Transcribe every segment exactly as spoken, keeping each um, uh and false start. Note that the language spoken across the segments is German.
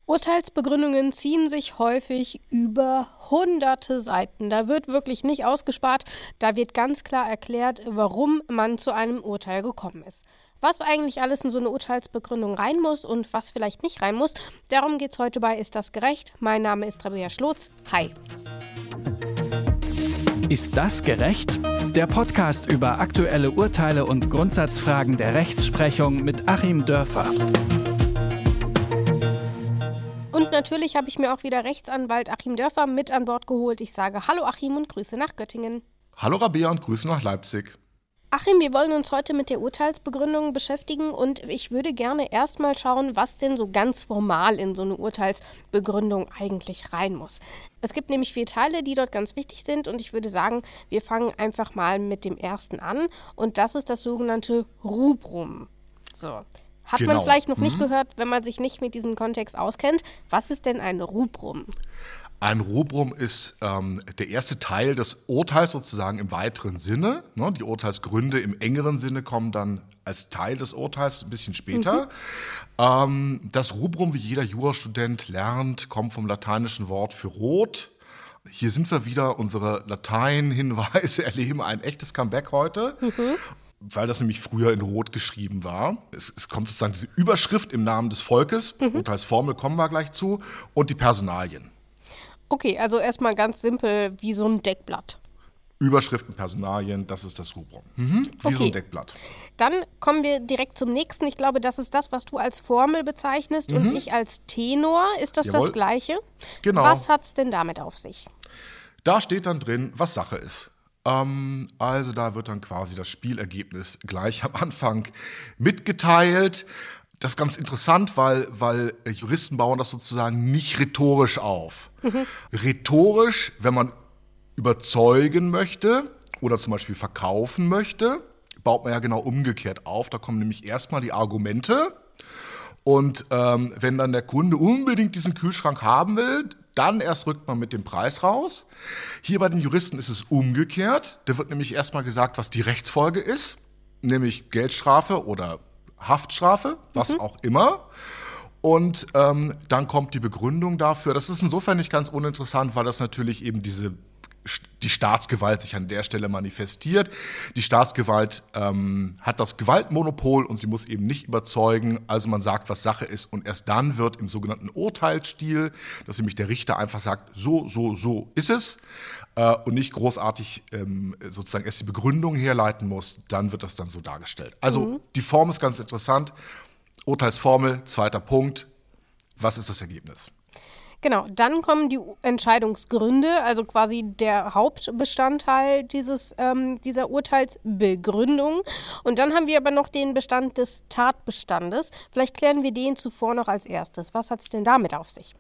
Urteilsbegründungen ziehen sich häufig über hunderte Seiten. Da wird wirklich nicht ausgespart. Da wird ganz klar erklärt, warum man zu einem Urteil gekommen ist. Was eigentlich alles in so eine Urteilsbegründung rein muss und was vielleicht nicht rein muss, darum geht es heute bei Ist das gerecht? Mein Name ist Rabea Schlotz. Hi. Ist das gerecht? Der Podcast über aktuelle Urteile und Grundsatzfragen der Rechtsprechung mit Achim Dörfer. Und natürlich habe ich mir auch wieder Rechtsanwalt Achim Dörfer mit an Bord geholt. Ich sage Hallo Achim und Grüße nach Göttingen. Hallo Rabea und Grüße nach Leipzig. Achim, wir wollen uns heute mit der Urteilsbegründung beschäftigen und ich würde gerne erstmal schauen, was denn so ganz formal in so eine Urteilsbegründung eigentlich rein muss. Es gibt nämlich vier Teile, die dort ganz wichtig sind und ich würde sagen, wir fangen einfach mal mit dem ersten an und das ist das sogenannte Rubrum. So. Hat genau. man vielleicht noch nicht mhm. gehört, wenn man sich nicht mit diesem Kontext auskennt. Was ist denn ein Rubrum? Ein Rubrum ist ähm, der erste Teil des Urteils sozusagen im weiteren Sinne. Ne? Die Urteilsgründe im engeren Sinne kommen dann als Teil des Urteils ein bisschen später. Mhm. Ähm, das Rubrum, wie jeder Jurastudent lernt, kommt vom lateinischen Wort für rot. Hier sind wir wieder, unsere Latein-Hinweise erleben ein echtes Comeback heute. Mhm. Weil das nämlich früher in Rot geschrieben war. Es, es kommt sozusagen diese Überschrift im Namen des Volkes, mhm. Urteilsformel kommen wir gleich zu, und die Personalien. Okay, also erstmal ganz simpel wie so ein Deckblatt. Überschriften, Personalien, das ist das Rubrum. Mhm, wie okay. so ein Deckblatt. Dann kommen wir direkt zum nächsten. Ich glaube, das ist das, was du als Formel bezeichnest mhm. und ich als Tenor. Ist das Jawohl. Das Gleiche? Genau. Was hat es denn damit auf sich? Da steht dann drin, was Sache ist. Ähm, also da wird dann quasi das Spielergebnis gleich am Anfang mitgeteilt. Das ist ganz interessant, weil, weil Juristen bauen das sozusagen nicht rhetorisch auf. Mhm. Rhetorisch, wenn man überzeugen möchte oder zum Beispiel verkaufen möchte, baut man ja genau umgekehrt auf. Da kommen nämlich erstmal die Argumente. Und ähm, wenn dann der Kunde unbedingt diesen Kühlschrank haben will, dann erst rückt man mit dem Preis raus. Hier bei den Juristen ist es umgekehrt. Da wird nämlich erstmal gesagt, was die Rechtsfolge ist, nämlich Geldstrafe oder Haftstrafe, was mhm. auch immer. Und ähm, dann kommt die Begründung dafür. Das ist insofern nicht ganz uninteressant, weil das natürlich eben diese die Staatsgewalt sich an der Stelle manifestiert. Die Staatsgewalt ähm, hat das Gewaltmonopol und sie muss eben nicht überzeugen. Also man sagt, was Sache ist und erst dann wird im sogenannten Urteilsstil, dass nämlich der Richter einfach sagt, so, so, so ist es äh, und nicht großartig ähm, sozusagen erst die Begründung herleiten muss, dann wird das dann so dargestellt. Also mhm. die Form ist ganz interessant. Urteilsformel, zweiter Punkt. Was ist das Ergebnis? Genau, dann kommen die Entscheidungsgründe, also quasi der Hauptbestandteil dieses, ähm, dieser Urteilsbegründung. Und dann haben wir aber noch den Bestand des Tatbestandes. Vielleicht klären wir den zuvor noch als erstes. Was hat es denn damit auf sich?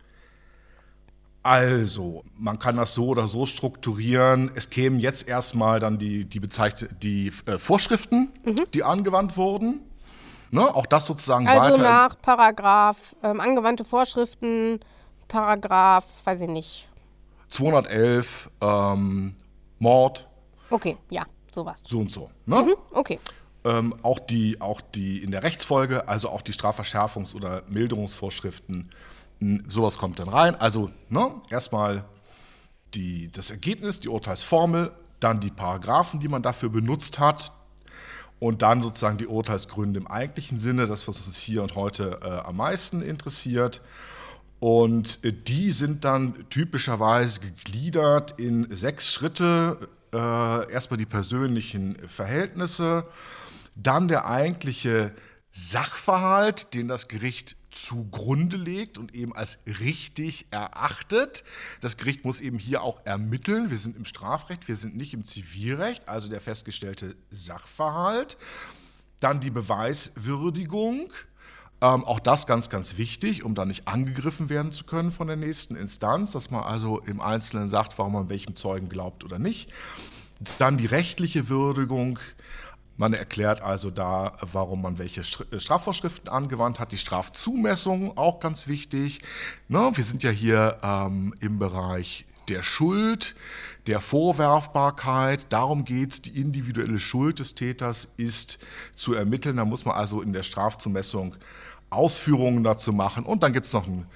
Also, man kann das so oder so strukturieren. Es kämen jetzt erstmal dann die, die, Bezeichn- die äh, Vorschriften, mhm. die angewandt wurden. Ne? Auch das sozusagen also weiter. Also nach Paragraph, ähm, angewandte Vorschriften, Paragraph, weiß ich nicht. zweihundertelf, ähm, Mord. Okay, ja, sowas. So und so. Ne? Mhm, okay. Ähm, auch, die, auch die in der Rechtsfolge, also auch die Strafverschärfungs- oder Milderungsvorschriften, mh, sowas kommt dann rein. Also ne, erstmal die, das Ergebnis, die Urteilsformel, dann die Paragraphen, die man dafür benutzt hat und dann sozusagen die Urteilsgründe im eigentlichen Sinne, das, was uns hier und heute äh, am meisten interessiert. Und die sind dann typischerweise gegliedert in sechs Schritte. Äh, erstmal die persönlichen Verhältnisse, dann der eigentliche Sachverhalt, den das Gericht zugrunde legt und eben als richtig erachtet. Das Gericht muss eben hier auch ermitteln. Wir sind im Strafrecht, wir sind nicht im Zivilrecht, also der festgestellte Sachverhalt. Dann die Beweiswürdigung. Ähm, auch das ganz, ganz wichtig, um da nicht angegriffen werden zu können von der nächsten Instanz, dass man also im Einzelnen sagt, warum man welchem Zeugen glaubt oder nicht. Dann die rechtliche Würdigung. Man erklärt also da, warum man welche Strafvorschriften angewandt hat. Die Strafzumessung, auch ganz wichtig. Ne, wir sind ja hier ähm, im Bereich der Schuld, der Vorwerfbarkeit. Darum geht es. Die individuelle Schuld des Täters ist zu ermitteln. Da muss man also in der Strafzumessung Ausführungen dazu machen. Und dann gibt es noch einen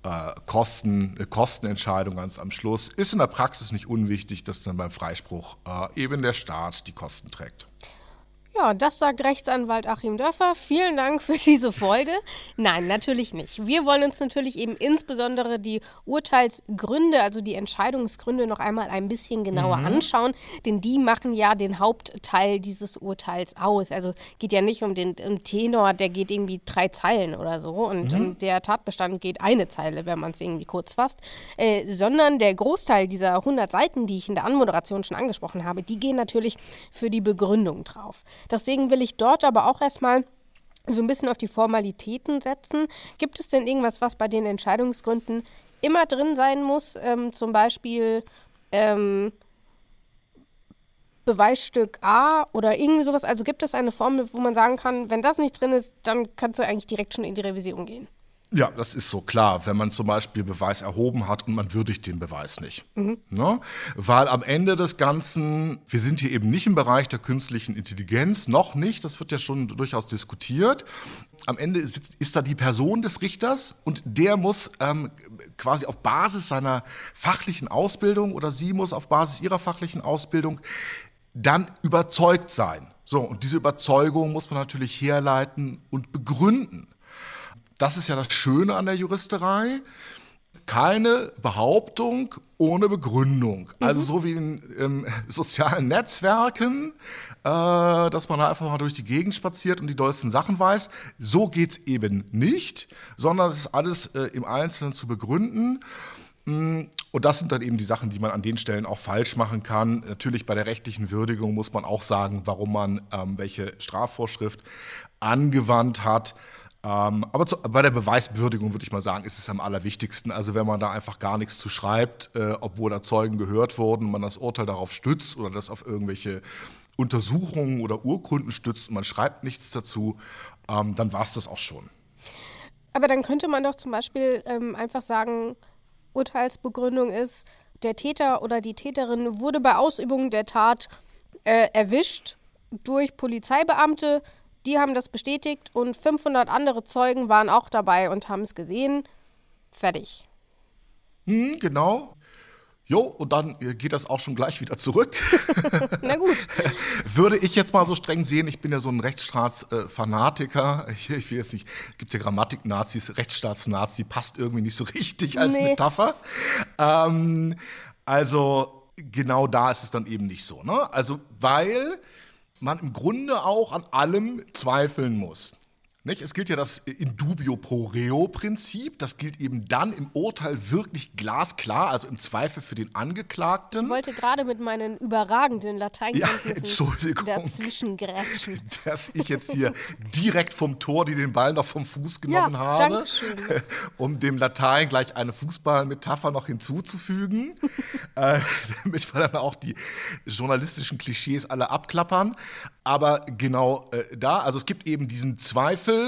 äh, Kosten, eine Kostenentscheidung ganz am Schluss. Ist in der Praxis nicht unwichtig, dass dann beim Freispruch äh, eben der Staat die Kosten trägt. Ja, das sagt Rechtsanwalt Achim Dörfer. Vielen Dank für diese Folge. Nein, natürlich nicht. Wir wollen uns natürlich eben insbesondere die Urteilsgründe, also die Entscheidungsgründe noch einmal ein bisschen genauer mhm. anschauen, denn die machen ja den Hauptteil dieses Urteils aus. Also geht ja nicht um den um Tenor, der geht irgendwie drei Zeilen oder so und mhm. um, der Tatbestand geht eine Zeile, wenn man es irgendwie kurz fasst, äh, sondern der Großteil dieser hundert Seiten, die ich in der Anmoderation schon angesprochen habe, die gehen natürlich für die Begründung drauf. Deswegen will ich dort aber auch erstmal so ein bisschen auf die Formalitäten setzen. Gibt es denn irgendwas, was bei den Entscheidungsgründen immer drin sein muss? Ähm, zum Beispiel ähm, Beweisstück A oder irgendwie sowas. Also gibt es eine Formel, wo man sagen kann, wenn das nicht drin ist, dann kannst du eigentlich direkt schon in die Revision gehen? Ja, das ist so klar, wenn man zum Beispiel Beweis erhoben hat und man würdigt den Beweis nicht. Mhm. Ne? Weil am Ende des Ganzen, wir sind hier eben nicht im Bereich der künstlichen Intelligenz, noch nicht, das wird ja schon durchaus diskutiert. Am Ende ist, ist da die Person des Richters und der muss ähm, quasi auf Basis seiner fachlichen Ausbildung oder sie muss auf Basis ihrer fachlichen Ausbildung dann überzeugt sein. So, und diese Überzeugung muss man natürlich herleiten und begründen. Das ist ja das Schöne an der Juristerei. Keine Behauptung ohne Begründung. Mhm. Also so wie in ähm, sozialen Netzwerken, äh, dass man einfach mal durch die Gegend spaziert und die dollsten Sachen weiß. So geht's eben nicht, sondern es ist alles äh, im Einzelnen zu begründen. Und das sind dann eben die Sachen, die man an den Stellen auch falsch machen kann. Natürlich bei der rechtlichen Würdigung muss man auch sagen, warum man ähm, welche Strafvorschrift angewandt hat. Ähm, aber zu, bei der Beweiswürdigung würde ich mal sagen, ist es am allerwichtigsten. Also wenn man da einfach gar nichts zu schreibt, äh, obwohl da Zeugen gehört wurden, man das Urteil darauf stützt oder das auf irgendwelche Untersuchungen oder Urkunden stützt und man schreibt nichts dazu, ähm, dann war es das auch schon. Aber dann könnte man doch zum Beispiel ähm, einfach sagen, Urteilsbegründung ist, der Täter oder die Täterin wurde bei Ausübung der Tat äh, erwischt durch Polizeibeamte. Die haben das bestätigt und fünfhundert andere Zeugen waren auch dabei und haben es gesehen. Fertig. Hm, genau. Jo, und dann geht das auch schon gleich wieder zurück. Na gut. Würde ich jetzt mal so streng sehen, ich bin ja so ein Rechtsstaatsfanatiker. Ich, ich will jetzt nicht, es gibt ja Grammatik-Nazis, Rechtsstaatsnazi, passt irgendwie nicht so richtig als nee. Metapher. Ähm, also genau da ist es dann eben nicht so. Ne? Also weil man im Grunde auch an allem zweifeln muss. Nicht? Es gilt ja das in dubio pro reo Prinzip. Das gilt eben dann im Urteil wirklich glasklar, also im Zweifel für den Angeklagten. Ich wollte gerade mit meinen überragenden Lateinkenntnissen ja, dazwischen grätschen. Dass ich jetzt hier direkt vom Tor, die den Ball noch vom Fuß genommen ja, habe, Dankeschön. um dem Latein gleich eine Fußballmetapher noch hinzuzufügen, äh, damit wir dann auch die journalistischen Klischees alle abklappern. Aber genau äh, da, also es gibt eben diesen Zweifel.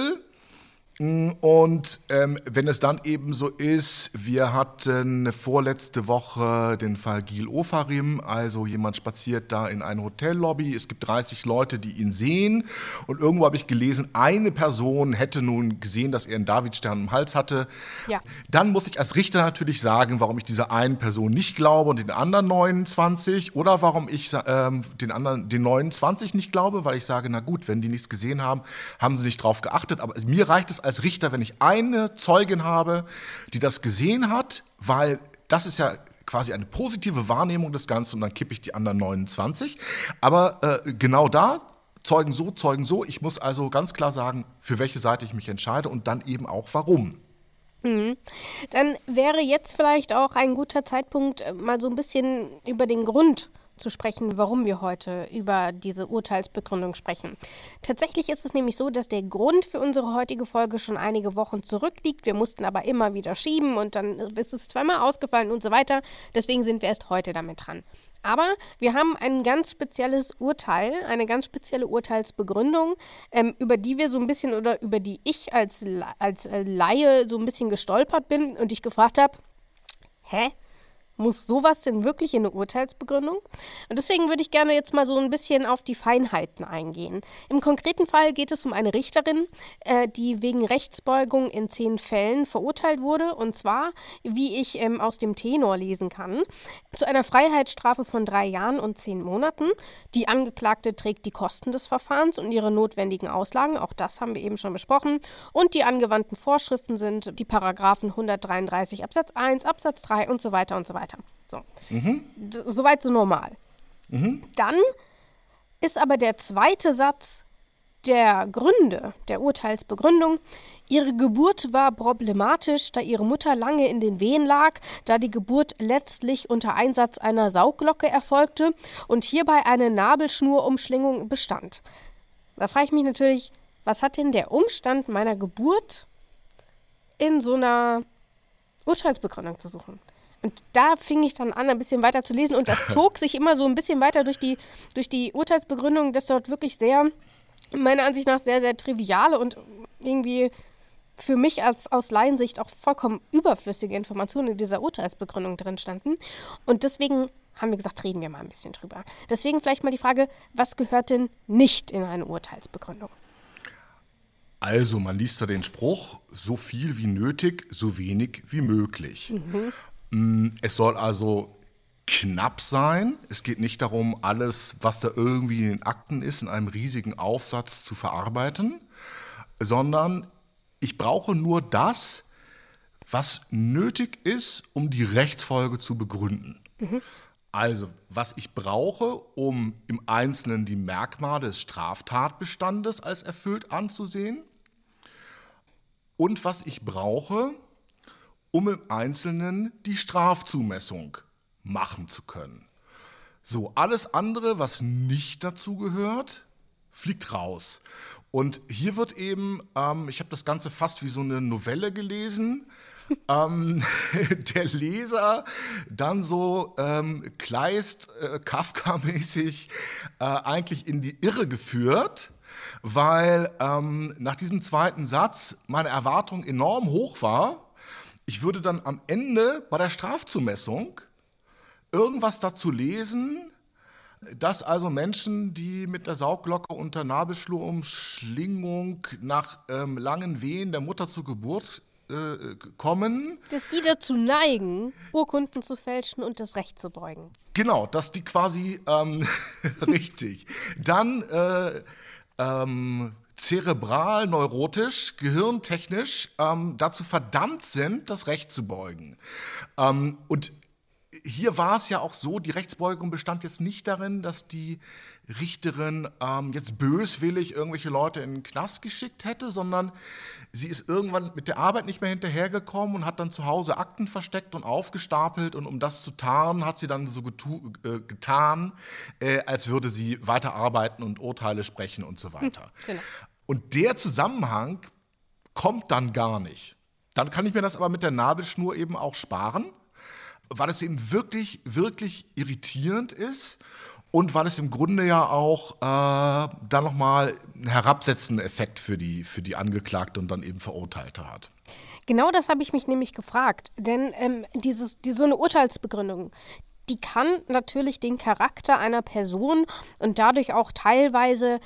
Und ähm, wenn es dann eben so ist, wir hatten vorletzte Woche den Fall Gil Ofarim, also jemand spaziert da in eine Hotellobby, es gibt dreißig Leute, die ihn sehen und irgendwo habe ich gelesen, eine Person hätte nun gesehen, dass er einen Davidstern im Hals hatte. Ja. Dann muss ich als Richter natürlich sagen, warum ich dieser einen Person nicht glaube und den anderen neunundzwanzig oder warum ich ähm, den anderen, den neunundzwanzig nicht glaube, weil ich sage, na gut, wenn die nichts gesehen haben, haben sie nicht drauf geachtet, aber mir reicht es als Richter, wenn ich eine Zeugin habe, die das gesehen hat, weil das ist ja quasi eine positive Wahrnehmung des Ganzen und dann kippe ich die anderen neunundzwanzig. Aber äh, genau da, Zeugen so, Zeugen so, ich muss also ganz klar sagen, für welche Seite ich mich entscheide und dann eben auch warum. Mhm. Dann wäre jetzt vielleicht auch ein guter Zeitpunkt, mal so ein bisschen über den Grund zu sprechen, warum wir heute über diese Urteilsbegründung sprechen. Tatsächlich ist es nämlich so, dass der Grund für unsere heutige Folge schon einige Wochen zurückliegt. Wir mussten aber immer wieder schieben und dann ist es zweimal ausgefallen und so weiter. Deswegen sind wir erst heute damit dran. Aber wir haben ein ganz spezielles Urteil, eine ganz spezielle Urteilsbegründung, ähm, über die wir so ein bisschen oder über die ich als, als Laie so ein bisschen gestolpert bin und ich gefragt habe, hä? Muss sowas denn wirklich in eine Urteilsbegründung? Und deswegen würde ich gerne jetzt mal so ein bisschen auf die Feinheiten eingehen. Im konkreten Fall geht es um eine Richterin, äh, die wegen Rechtsbeugung in zehn Fällen verurteilt wurde. Und zwar, wie ich ähm, aus dem Tenor lesen kann, zu einer Freiheitsstrafe von drei Jahren und zehn Monaten. Die Angeklagte trägt die Kosten des Verfahrens und ihre notwendigen Auslagen. Auch das haben wir eben schon besprochen. Und die angewandten Vorschriften sind die Paragraphen hundertdreiunddreißig Absatz eins, Absatz drei und so weiter und so weiter. So. Mhm. D- Soweit so normal. Mhm. Dann ist aber der zweite Satz der Gründe, der Urteilsbegründung: Ihre Geburt war problematisch, da ihre Mutter lange in den Wehen lag, da die Geburt letztlich unter Einsatz einer Saugglocke erfolgte und hierbei eine Nabelschnurumschlingung bestand. Da frage ich mich natürlich, was hat denn der Umstand meiner Geburt in so einer Urteilsbegründung zu suchen? Und da fing ich dann an, ein bisschen weiter zu lesen. Und das zog sich immer so ein bisschen weiter durch die, durch die Urteilsbegründung, dass dort wirklich sehr, meiner Ansicht nach, sehr, sehr triviale und irgendwie für mich als aus Laiensicht auch vollkommen überflüssige Informationen in dieser Urteilsbegründung drin standen. Und deswegen haben wir gesagt, reden wir mal ein bisschen drüber. Deswegen vielleicht mal die Frage, was gehört denn nicht in eine Urteilsbegründung? Also, man liest da den Spruch, so viel wie nötig, so wenig wie möglich. Mhm. Es soll also knapp sein. Es geht nicht darum, alles, was da irgendwie in den Akten ist, in einem riesigen Aufsatz zu verarbeiten, sondern ich brauche nur das, was nötig ist, um die Rechtsfolge zu begründen. Mhm. Also, was ich brauche, um im Einzelnen die Merkmale des Straftatbestandes als erfüllt anzusehen, und was ich brauche, um im Einzelnen die Strafzumessung machen zu können. So, alles andere, was nicht dazu gehört, fliegt raus. Und hier wird eben, ähm, ich habe das Ganze fast wie so eine Novelle gelesen, ähm, der Leser dann so ähm, Kleist, äh, Kafka-mäßig äh, eigentlich in die Irre geführt, weil ähm, nach diesem zweiten Satz meine Erwartung enorm hoch war. Ich würde dann am Ende bei der Strafzumessung irgendwas dazu lesen, dass also Menschen, die mit der Saugglocke unter Nabelschnurumschlingung nach ähm, langen Wehen der Mutter zur Geburt äh, kommen. Dass die dazu neigen, Urkunden zu fälschen und das Recht zu beugen. Genau, dass die quasi, ähm, richtig, dann äh, ähm, zerebral, neurotisch, gehirntechnisch ähm, dazu verdammt sind, das Recht zu beugen. Ähm, und hier war es ja auch so, die Rechtsbeugung bestand jetzt nicht darin, dass die Richterin ähm, jetzt böswillig irgendwelche Leute in den Knast geschickt hätte, sondern sie ist irgendwann mit der Arbeit nicht mehr hinterhergekommen und hat dann zu Hause Akten versteckt und aufgestapelt, und um das zu tarnen, hat sie dann so getu- äh, getan, äh, als würde sie weiter arbeiten und Urteile sprechen und so weiter. Hm, genau. Und der Zusammenhang kommt dann gar nicht. Dann kann ich mir das aber mit der Nabelschnur eben auch sparen, weil es eben wirklich, wirklich irritierend ist und weil es im Grunde ja auch äh, dann nochmal einen herabsetzenden Effekt für die, für die Angeklagte und dann eben Verurteilte hat. Genau das habe ich mich nämlich gefragt, denn ähm, dieses, die, so eine Urteilsbegründung, die kann natürlich den Charakter einer Person und dadurch auch teilweise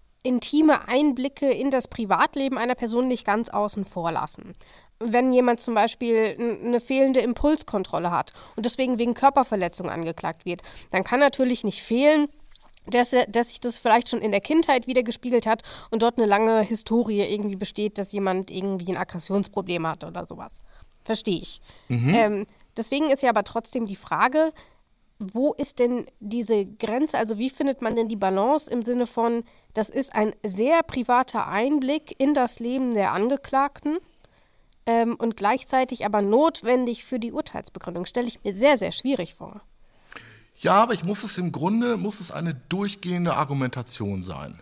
intime Einblicke in das Privatleben einer Person nicht ganz außen vor lassen. Wenn jemand zum Beispiel eine fehlende Impulskontrolle hat und deswegen wegen Körperverletzung angeklagt wird, dann kann natürlich nicht fehlen, dass, er, dass sich das vielleicht schon in der Kindheit wiedergespiegelt hat und dort eine lange Historie irgendwie besteht, dass jemand irgendwie ein Aggressionsproblem hat oder sowas. Verstehe ich. Mhm. Ähm, deswegen ist ja aber trotzdem die Frage, wo ist denn diese Grenze, also wie findet man denn die Balance im Sinne von, das ist ein sehr privater Einblick in das Leben der Angeklagten, Ähm, und gleichzeitig aber notwendig für die Urteilsbegründung, stelle ich mir sehr, sehr schwierig vor. Ja, aber ich muss es im Grunde, muss es eine durchgehende Argumentation sein.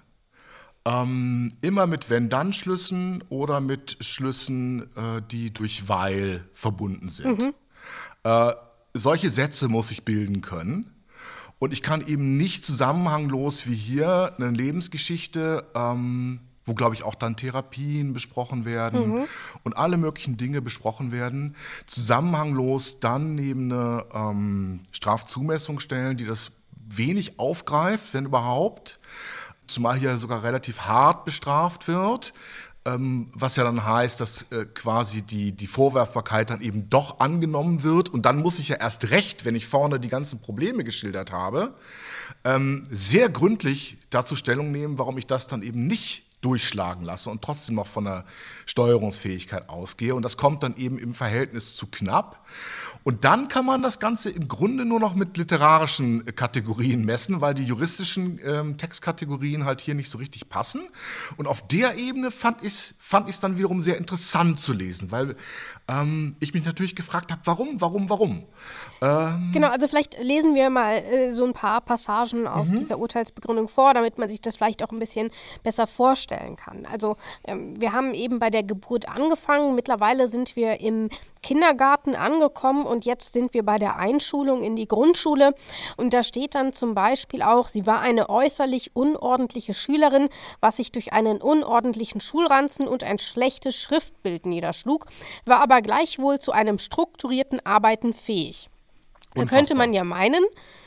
Ähm, immer mit Wenn-Dann-Schlüssen oder mit Schlüssen, äh, die durch Weil verbunden sind. Mhm. Äh, solche Sätze muss ich bilden können. Und ich kann eben nicht zusammenhanglos wie hier eine Lebensgeschichte ähm, wo, glaube ich, auch dann Therapien besprochen werden mhm. und alle möglichen Dinge besprochen werden, zusammenhanglos dann neben eine ähm, Strafzumessung stellen, die das wenig aufgreift, wenn überhaupt, zumal hier sogar relativ hart bestraft wird, ähm, was ja dann heißt, dass äh, quasi die, die Vorwerfbarkeit dann eben doch angenommen wird und dann muss ich ja erst recht, wenn ich vorne die ganzen Probleme geschildert habe, ähm, sehr gründlich dazu Stellung nehmen, warum ich das dann eben nicht durchschlagen lasse und trotzdem noch von der Steuerungsfähigkeit ausgehe. Und das kommt dann eben im Verhältnis zu knapp. Und dann kann man das Ganze im Grunde nur noch mit literarischen Kategorien messen, weil die juristischen ähm, Textkategorien halt hier nicht so richtig passen. Und auf der Ebene fand ich es fand ich's dann wiederum sehr interessant zu lesen, weil ähm, ich mich natürlich gefragt habe, warum, warum, warum? Ähm genau, also vielleicht lesen wir mal äh, so ein paar Passagen aus mhm. dieser Urteilsbegründung vor, damit man sich das vielleicht auch ein bisschen besser vorstellen kann. Also ähm, wir haben eben bei der Geburt angefangen, mittlerweile sind wir im Kindergarten angekommen und jetzt sind wir bei der Einschulung in die Grundschule und da steht dann zum Beispiel auch, sie war eine äußerlich unordentliche Schülerin, was sich durch einen unordentlichen Schulranzen und ein schlechtes Schriftbild niederschlug, war aber gleichwohl zu einem strukturierten Arbeiten fähig. Da könnte man ja meinen,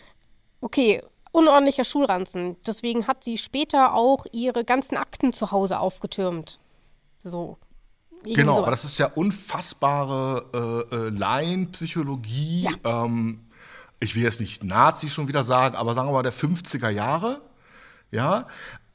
okay, unordentlicher Schulranzen, deswegen hat sie später auch ihre ganzen Akten zu Hause aufgetürmt. So. Genau, sowas. Aber das ist ja unfassbare äh, äh, Laienpsychologie. Ja. Ähm, ich will jetzt nicht Nazi schon wieder sagen, aber sagen wir mal der fünfziger Jahre, ja,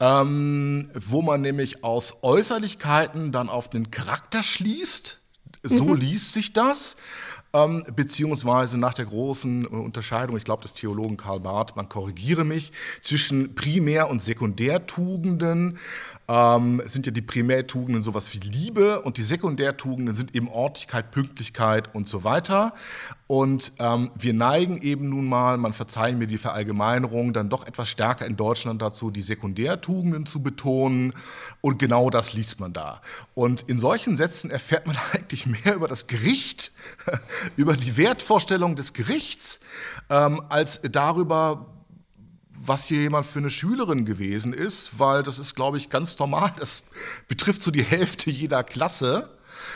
ähm, wo man nämlich aus Äußerlichkeiten dann auf den Charakter schließt. So mhm. liest sich das. Ähm, beziehungsweise nach der großen äh, Unterscheidung, ich glaube des Theologen Karl Barth, man korrigiere mich, zwischen Primär- und Sekundärtugenden ähm, sind ja die Primärtugenden sowas wie Liebe und die Sekundärtugenden sind eben Ordentlichkeit, Pünktlichkeit und so weiter. Und ähm, wir neigen eben nun mal, man verzeiht mir die Verallgemeinerung, dann doch etwas stärker in Deutschland dazu, die Sekundärtugenden zu betonen. Und genau das liest man da. Und in solchen Sätzen erfährt man eigentlich mehr über das Gericht, über die Wertvorstellung des Gerichts, ähm, als darüber, was hier jemand für eine Schülerin gewesen ist, weil das ist, glaube ich, ganz normal. Das betrifft so die Hälfte jeder Klasse.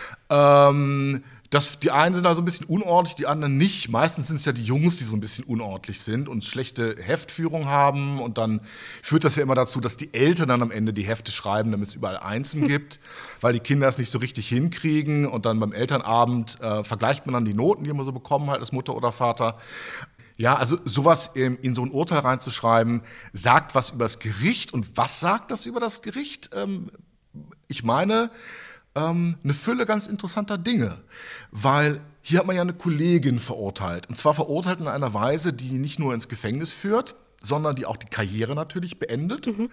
Ähm, das, die einen sind also ein bisschen unordentlich, die anderen nicht. Meistens sind es ja die Jungs, die so ein bisschen unordentlich sind und schlechte Heftführung haben. Und dann führt das ja immer dazu, dass die Eltern dann am Ende die Hefte schreiben, damit es überall Einsen gibt, weil die Kinder es nicht so richtig hinkriegen. Und dann beim Elternabend äh, vergleicht man dann die Noten, die man so bekommen hat als Mutter oder Vater. Ja, also sowas in, in so ein Urteil reinzuschreiben, sagt was über das Gericht. Und was sagt das über das Gericht? Ähm, ich meine, ähm, eine Fülle ganz interessanter Dinge. Weil hier hat man ja eine Kollegin verurteilt. Und zwar verurteilt in einer Weise, die nicht nur ins Gefängnis führt, sondern die auch die Karriere natürlich beendet. Mhm.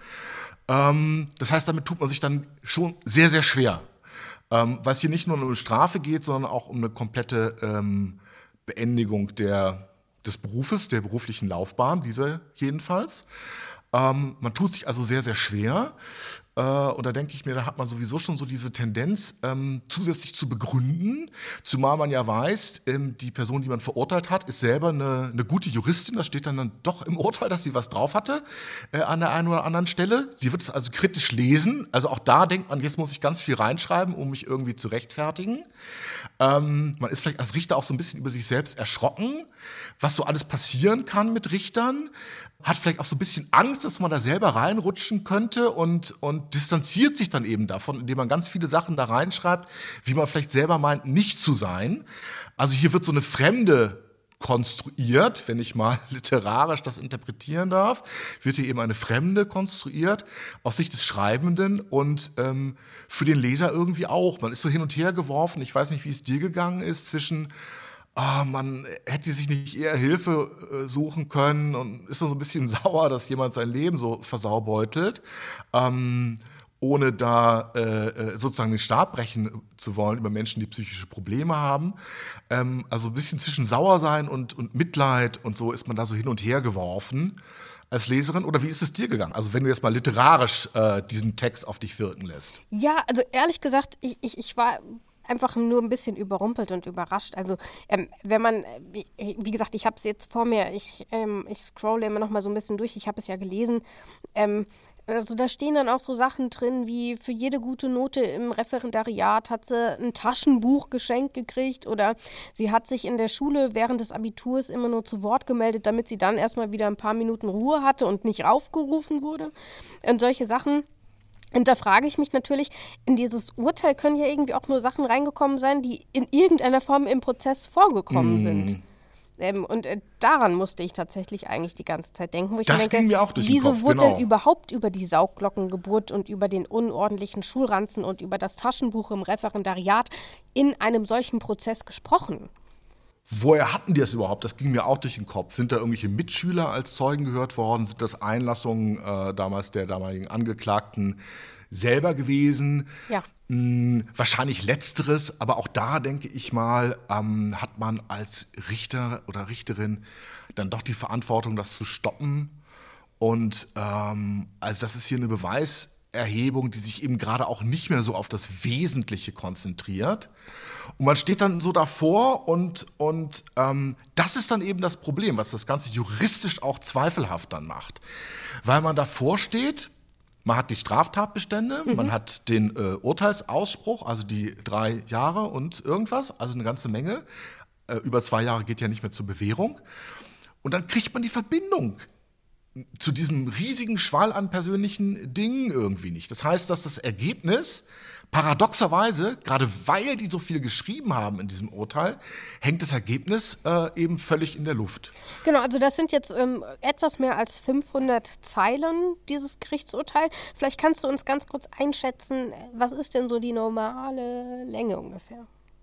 Ähm, das heißt, damit tut man sich dann schon sehr, sehr schwer. Ähm, weil es hier nicht nur um eine Strafe geht, sondern auch um eine komplette ähm, Beendigung der des Berufes, der beruflichen Laufbahn, diese jedenfalls. Ähm, man tut sich also sehr, sehr schwer. Äh, und da denke ich mir, da hat man sowieso schon so diese Tendenz, ähm, zusätzlich zu begründen, zumal man ja weiß, ähm, die Person, die man verurteilt hat, ist selber eine, eine gute Juristin. Das steht dann, dann doch im Urteil, dass sie was drauf hatte äh, an der einen oder anderen Stelle. Sie wird es also kritisch lesen. Also auch da denkt man, jetzt muss ich ganz viel reinschreiben, um mich irgendwie zu rechtfertigen. Ähm, man ist vielleicht als Richter auch so ein bisschen über sich selbst erschrocken, was so alles passieren kann mit Richtern. Hat vielleicht auch so ein bisschen Angst, dass man da selber reinrutschen könnte und, und distanziert sich dann eben davon, indem man ganz viele Sachen da reinschreibt, wie man vielleicht selber meint, nicht zu sein. Also hier wird so eine Fremde konstruiert, wenn ich mal literarisch das interpretieren darf, wird hier eben eine Fremde konstruiert aus Sicht des Schreibenden und ähm, für den Leser irgendwie auch. Man ist so hin und her geworfen. Ich weiß nicht, wie es dir gegangen ist zwischen Oh, man hätte sich nicht eher Hilfe äh, suchen können und ist so ein bisschen sauer, dass jemand sein Leben so versaubeutelt, ähm, ohne da äh, sozusagen den Stab brechen zu wollen über Menschen, die psychische Probleme haben. Ähm, also ein bisschen zwischen Sauersein und, und Mitleid und so ist man da so hin und her geworfen als Leserin. Oder wie ist es dir gegangen? Also wenn du jetzt mal literarisch äh, diesen Text auf dich wirken lässt. Ja, also ehrlich gesagt, ich, ich, ich war einfach nur ein bisschen überrumpelt und überrascht. Also ähm, wenn man, wie, wie gesagt, ich habe es jetzt vor mir, ich, ähm, ich scrolle immer noch mal so ein bisschen durch, ich habe es ja gelesen. Ähm, Also da stehen dann auch so Sachen drin, wie für jede gute Note im Referendariat hat sie ein Taschenbuch geschenkt gekriegt oder sie hat sich in der Schule während des Abiturs immer nur zu Wort gemeldet, damit sie dann erstmal wieder ein paar Minuten Ruhe hatte und nicht aufgerufen wurde. Und solche Sachen. Und da frage ich mich natürlich, in dieses Urteil können ja irgendwie auch nur Sachen reingekommen sein, die in irgendeiner Form im Prozess vorgekommen mm. sind. Ähm, und äh, daran musste ich tatsächlich eigentlich die ganze Zeit denken. Wo ich das mir denke, ging mir auch durch den wieso Kopf, wurde genau. denn überhaupt über die Saugglockengeburt und über den unordentlichen Schulranzen und über das Taschenbuch im Referendariat in einem solchen Prozess gesprochen? Woher hatten die das überhaupt? Das ging mir auch durch den Kopf. Sind da irgendwelche Mitschüler als Zeugen gehört worden? Sind das Einlassungen äh, damals der damaligen Angeklagten selber gewesen? Ja. Hm, wahrscheinlich Letzteres, aber auch da, denke ich mal, ähm, hat man als Richter oder Richterin dann doch die Verantwortung, das zu stoppen. Und ähm, also das ist hier eine Beweiserhebung, die sich eben gerade auch nicht mehr so auf das Wesentliche konzentriert. Und man steht dann so davor und, und ähm, das ist dann eben das Problem, was das Ganze juristisch auch zweifelhaft dann macht. Weil man davor steht, man hat die Straftatbestände, mhm. man hat den äh, Urteilsausspruch, also die drei Jahre und irgendwas, also eine ganze Menge. Äh, über zwei Jahre geht ja nicht mehr zur Bewährung. Und dann kriegt man die Verbindung zu diesem riesigen Schwall an persönlichen Dingen irgendwie nicht. Das heißt, dass das Ergebnis paradoxerweise, gerade weil die so viel geschrieben haben in diesem Urteil, hängt das Ergebnis äh, eben völlig in der Luft. Genau, also das sind jetzt ähm, etwas mehr als fünfhundert Zeilen, dieses Gerichtsurteil. Vielleicht kannst du uns ganz kurz einschätzen, was ist denn so die normale Länge ungefähr?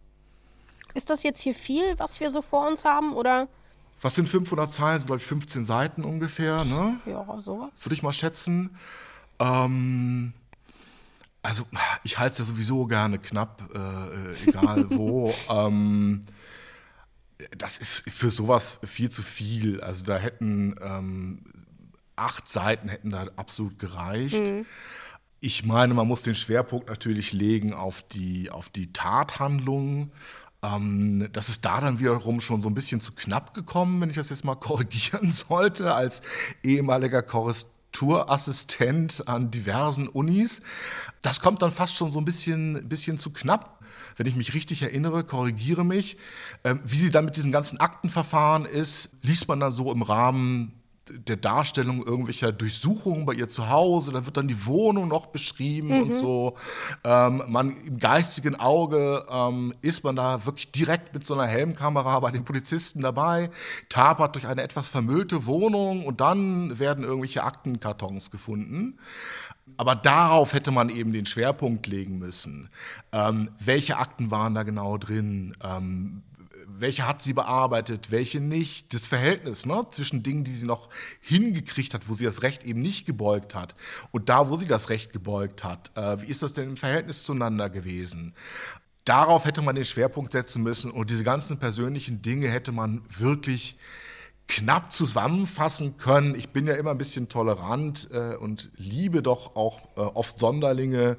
Ist das jetzt hier viel, was wir so vor uns haben, oder? Was sind fünfhundert Zeilen? Das sind, glaube ich, fünfzehn Seiten ungefähr, ne? Ja, sowas. Würde ich mal schätzen. Ähm... Also ich halte es ja sowieso gerne knapp, äh, egal wo. ähm, das ist für sowas viel zu viel. Also da hätten ähm, acht Seiten hätten da absolut gereicht. Mhm. Ich meine, man muss den Schwerpunkt natürlich legen auf die, auf die Tathandlung. Ähm, das ist da dann wiederum schon so ein bisschen zu knapp gekommen, wenn ich das jetzt mal korrigieren sollte, als ehemaliger Korrespondent. Assistent an diversen Unis. Das kommt dann fast schon so ein bisschen, bisschen zu knapp, wenn ich mich richtig erinnere, korrigiere mich. Ähm, wie sie dann mit diesen ganzen Aktenverfahren ist, liest man dann so im Rahmen der Darstellung irgendwelcher Durchsuchungen bei ihr zu Hause, da wird dann die Wohnung noch beschrieben mhm. und so. Ähm, man im geistigen Auge ähm, ist man da wirklich direkt mit so einer Helmkamera bei den Polizisten dabei, tapert durch eine etwas vermüllte Wohnung und dann werden irgendwelche Aktenkartons gefunden. Aber darauf hätte man eben den Schwerpunkt legen müssen. Ähm, welche Akten waren da genau drin? Ähm, Welche hat sie bearbeitet, welche nicht? Das Verhältnis ne, zwischen Dingen, die sie noch hingekriegt hat, wo sie das Recht eben nicht gebeugt hat und da, wo sie das Recht gebeugt hat. Äh, wie ist das denn im Verhältnis zueinander gewesen? Darauf hätte man den Schwerpunkt setzen müssen und diese ganzen persönlichen Dinge hätte man wirklich knapp zusammenfassen können. Ich bin ja immer ein bisschen tolerant äh, und liebe doch auch äh, oft Sonderlinge.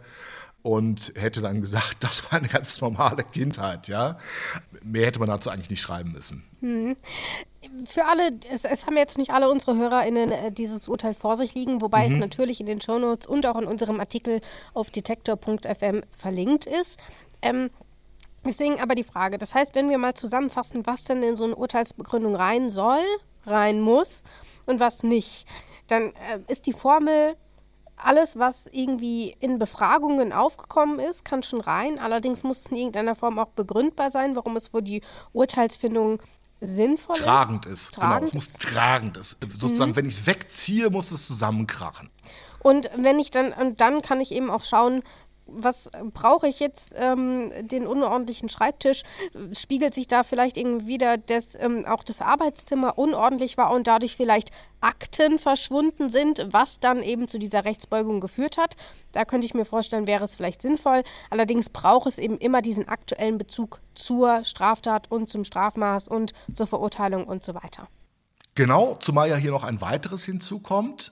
Und hätte dann gesagt, das war eine ganz normale Kindheit, ja. Mehr hätte man dazu eigentlich nicht schreiben müssen. Hm. Für alle, es, es haben jetzt nicht alle unsere HörerInnen äh, dieses Urteil vor sich liegen, wobei mhm. es natürlich in den Shownotes und auch in unserem Artikel auf detektor punkt f m verlinkt ist. Ähm, deswegen aber die Frage, das heißt, wenn wir mal zusammenfassen, was denn in so eine Urteilsbegründung rein soll, rein muss und was nicht, dann äh, ist die Formel: Alles, was irgendwie in Befragungen aufgekommen ist, kann schon rein. Allerdings muss es in irgendeiner Form auch begründbar sein, warum es für die Urteilsfindung sinnvoll tragend ist. ist. Tragend genau, es muss tragend ist. Sozusagen, mhm. wenn ich es wegziehe, muss es zusammenkrachen. Und wenn ich dann, und dann kann ich eben auch schauen, was brauche ich jetzt, ähm, den unordentlichen Schreibtisch? Spiegelt sich da vielleicht irgendwie wieder, dass ähm, auch das Arbeitszimmer unordentlich war und dadurch vielleicht Akten verschwunden sind, was dann eben zu dieser Rechtsbeugung geführt hat? Da könnte ich mir vorstellen, wäre es vielleicht sinnvoll. Allerdings braucht es eben immer diesen aktuellen Bezug zur Straftat und zum Strafmaß und zur Verurteilung und so weiter. Genau, zumal ja hier noch ein weiteres hinzukommt.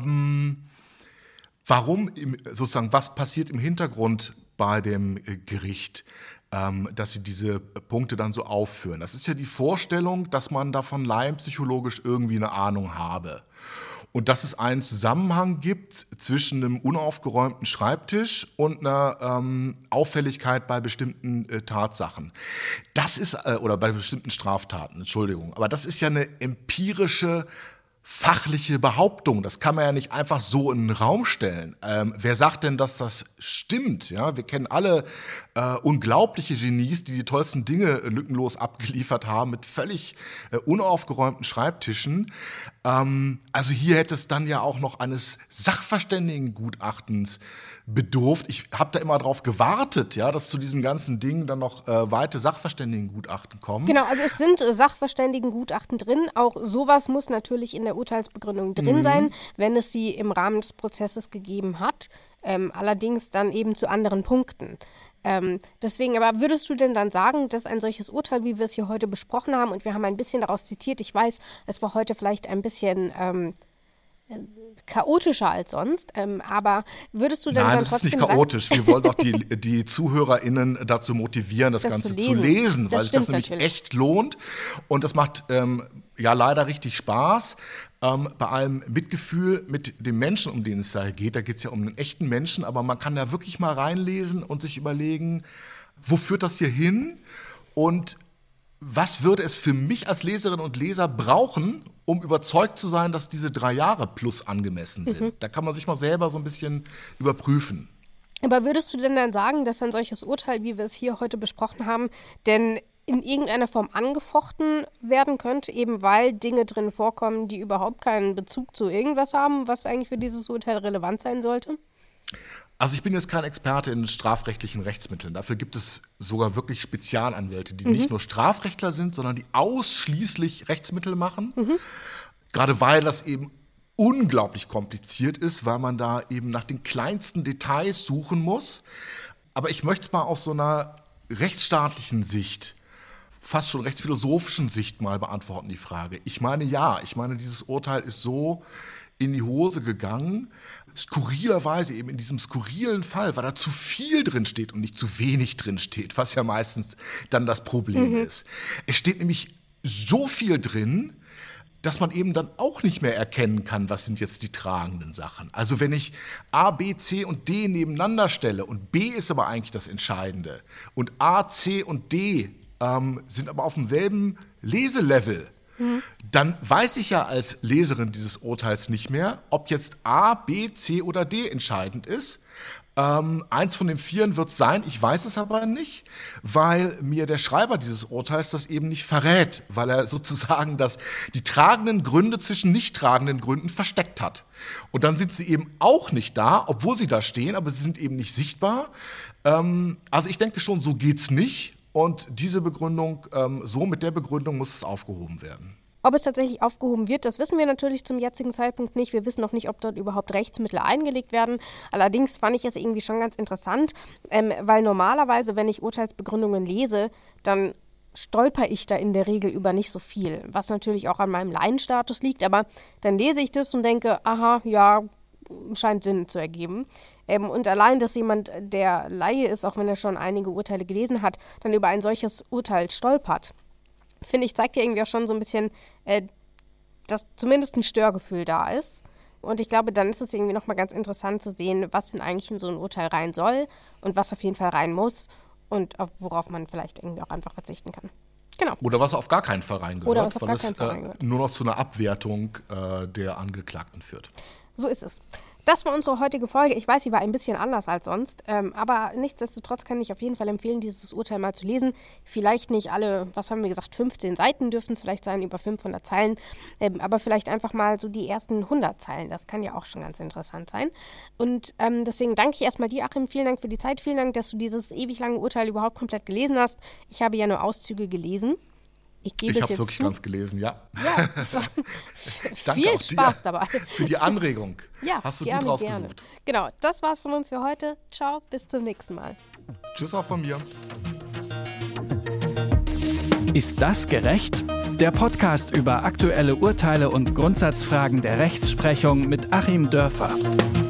Ähm Warum, im, sozusagen, was passiert im Hintergrund bei dem Gericht, ähm, dass sie diese Punkte dann so aufführen? Das ist ja die Vorstellung, dass man davon laienpsychologisch irgendwie eine Ahnung habe. Und dass es einen Zusammenhang gibt zwischen einem unaufgeräumten Schreibtisch und einer ähm, Auffälligkeit bei bestimmten äh, Tatsachen. Das ist, äh, oder bei bestimmten Straftaten, Entschuldigung. Aber das ist ja eine empirische, fachliche Behauptung. Das kann man ja nicht einfach so in den Raum stellen. Ähm, wer sagt denn, dass das stimmt? Ja, wir kennen alle äh, unglaubliche Genies, die die tollsten Dinge äh, lückenlos abgeliefert haben mit völlig äh, unaufgeräumten Schreibtischen. Ähm, also hier hätte es dann ja auch noch eines Sachverständigengutachtens bedurft. Ich habe da immer drauf gewartet, ja, dass zu diesen ganzen Dingen dann noch äh, weite Sachverständigengutachten kommen. Genau, also es sind äh, Sachverständigengutachten drin. Auch sowas muss natürlich in der Urteilsbegründung drin mhm. sein, wenn es sie im Rahmen des Prozesses gegeben hat. Ähm, allerdings dann eben zu anderen Punkten. Ähm, deswegen, aber würdest du denn dann sagen, dass ein solches Urteil, wie wir es hier heute besprochen haben, und wir haben ein bisschen daraus zitiert, ich weiß, es war heute vielleicht ein bisschen ähm, chaotischer als sonst, ähm, aber würdest du denn Nein, dann trotzdem Nein, das ist nicht chaotisch. sagen, wir wollen auch die, die ZuhörerInnen dazu motivieren, das, das Ganze zu lesen, zu lesen weil sich das nämlich natürlich echt lohnt. Und das macht ähm, ja leider richtig Spaß. Ähm, bei allem Mitgefühl mit dem Menschen, um den es da geht. Da geht es ja um einen echten Menschen, aber man kann da wirklich mal reinlesen und sich überlegen, wo führt das hier hin und was würde es für mich als Leserin und Leser brauchen, um überzeugt zu sein, dass diese drei Jahre plus angemessen sind. Mhm. Da kann man sich mal selber so ein bisschen überprüfen. Aber würdest du denn dann sagen, dass ein solches Urteil, wie wir es hier heute besprochen haben, denn in irgendeiner Form angefochten werden könnte, eben weil Dinge drin vorkommen, die überhaupt keinen Bezug zu irgendwas haben, was eigentlich für dieses Urteil relevant sein sollte? Also ich bin jetzt kein Experte in strafrechtlichen Rechtsmitteln. Dafür gibt es sogar wirklich Spezialanwälte, die mhm. nicht nur Strafrechtler sind, sondern die ausschließlich Rechtsmittel machen. Mhm. Gerade weil das eben unglaublich kompliziert ist, weil man da eben nach den kleinsten Details suchen muss. Aber ich möchte es mal aus so einer rechtsstaatlichen Sicht, fast schon rechtsphilosophischen Sicht mal beantworten, die Frage. Ich meine, ja, ich meine, dieses Urteil ist so in die Hose gegangen, skurrilerweise eben in diesem skurrilen Fall, weil da zu viel drin steht und nicht zu wenig drin steht, was ja meistens dann das Problem mhm. ist. Es steht nämlich so viel drin, dass man eben dann auch nicht mehr erkennen kann, was sind jetzt die tragenden Sachen. Also wenn ich A, B, C und D nebeneinander stelle und B ist aber eigentlich das Entscheidende und A, C und D ähm, sind aber auf demselben Leselevel, mhm. dann weiß ich ja als Leserin dieses Urteils nicht mehr, ob jetzt A, B, C oder D entscheidend ist. Ähm, eins von den Vieren wird es sein, ich weiß es aber nicht, weil mir der Schreiber dieses Urteils das eben nicht verrät, weil er sozusagen das, die tragenden Gründe zwischen nicht tragenden Gründen versteckt hat. Und dann sind sie eben auch nicht da, obwohl sie da stehen, aber sie sind eben nicht sichtbar. Ähm, also ich denke schon, so geht's nicht. Und diese Begründung, ähm, so mit der Begründung muss es aufgehoben werden. Ob es tatsächlich aufgehoben wird, das wissen wir natürlich zum jetzigen Zeitpunkt nicht. Wir wissen noch nicht, ob dort überhaupt Rechtsmittel eingelegt werden. Allerdings fand ich es irgendwie schon ganz interessant, ähm, weil normalerweise, wenn ich Urteilsbegründungen lese, dann stolper ich da in der Regel über nicht so viel, was natürlich auch an meinem Laienstatus liegt. Aber dann lese ich das und denke, aha, ja, scheint Sinn zu ergeben. Ähm, und allein, dass jemand, der Laie ist, auch wenn er schon einige Urteile gelesen hat, dann über ein solches Urteil stolpert, finde ich, zeigt ja irgendwie auch schon so ein bisschen, äh, dass zumindest ein Störgefühl da ist. Und ich glaube, dann ist es irgendwie nochmal ganz interessant zu sehen, was denn eigentlich in so ein Urteil rein soll und was auf jeden Fall rein muss und auf, worauf man vielleicht irgendwie auch einfach verzichten kann. Genau. Oder was auf gar keinen Fall reingehört, Oder was auf weil gar es keinen Fall äh, reingehört. nur noch zu einer Abwertung äh, der Angeklagten führt. So ist es. Das war unsere heutige Folge. Ich weiß, sie war ein bisschen anders als sonst, ähm, aber nichtsdestotrotz kann ich auf jeden Fall empfehlen, dieses Urteil mal zu lesen. Vielleicht nicht alle, was haben wir gesagt, fünfzehn Seiten dürften es vielleicht sein, über fünfhundert Zeilen, ähm, aber vielleicht einfach mal so die ersten hundert Zeilen. Das kann ja auch schon ganz interessant sein. Und ähm, deswegen danke ich erstmal dir, Achim. Vielen Dank für die Zeit. Vielen Dank, dass du dieses ewig lange Urteil überhaupt komplett gelesen hast. Ich habe ja nur Auszüge gelesen. Ich, ich habe es wirklich zu. ganz gelesen, ja. Ja, ich danke viel auch Spaß dir dabei. Für die Anregung. Ja, hast du gerne, gut rausgesucht. Gerne. Genau, das war's von uns für heute. Ciao, bis zum nächsten Mal. Tschüss auch von mir. Ist das gerecht? Der Podcast über aktuelle Urteile und Grundsatzfragen der Rechtsprechung mit Achim Dörfer.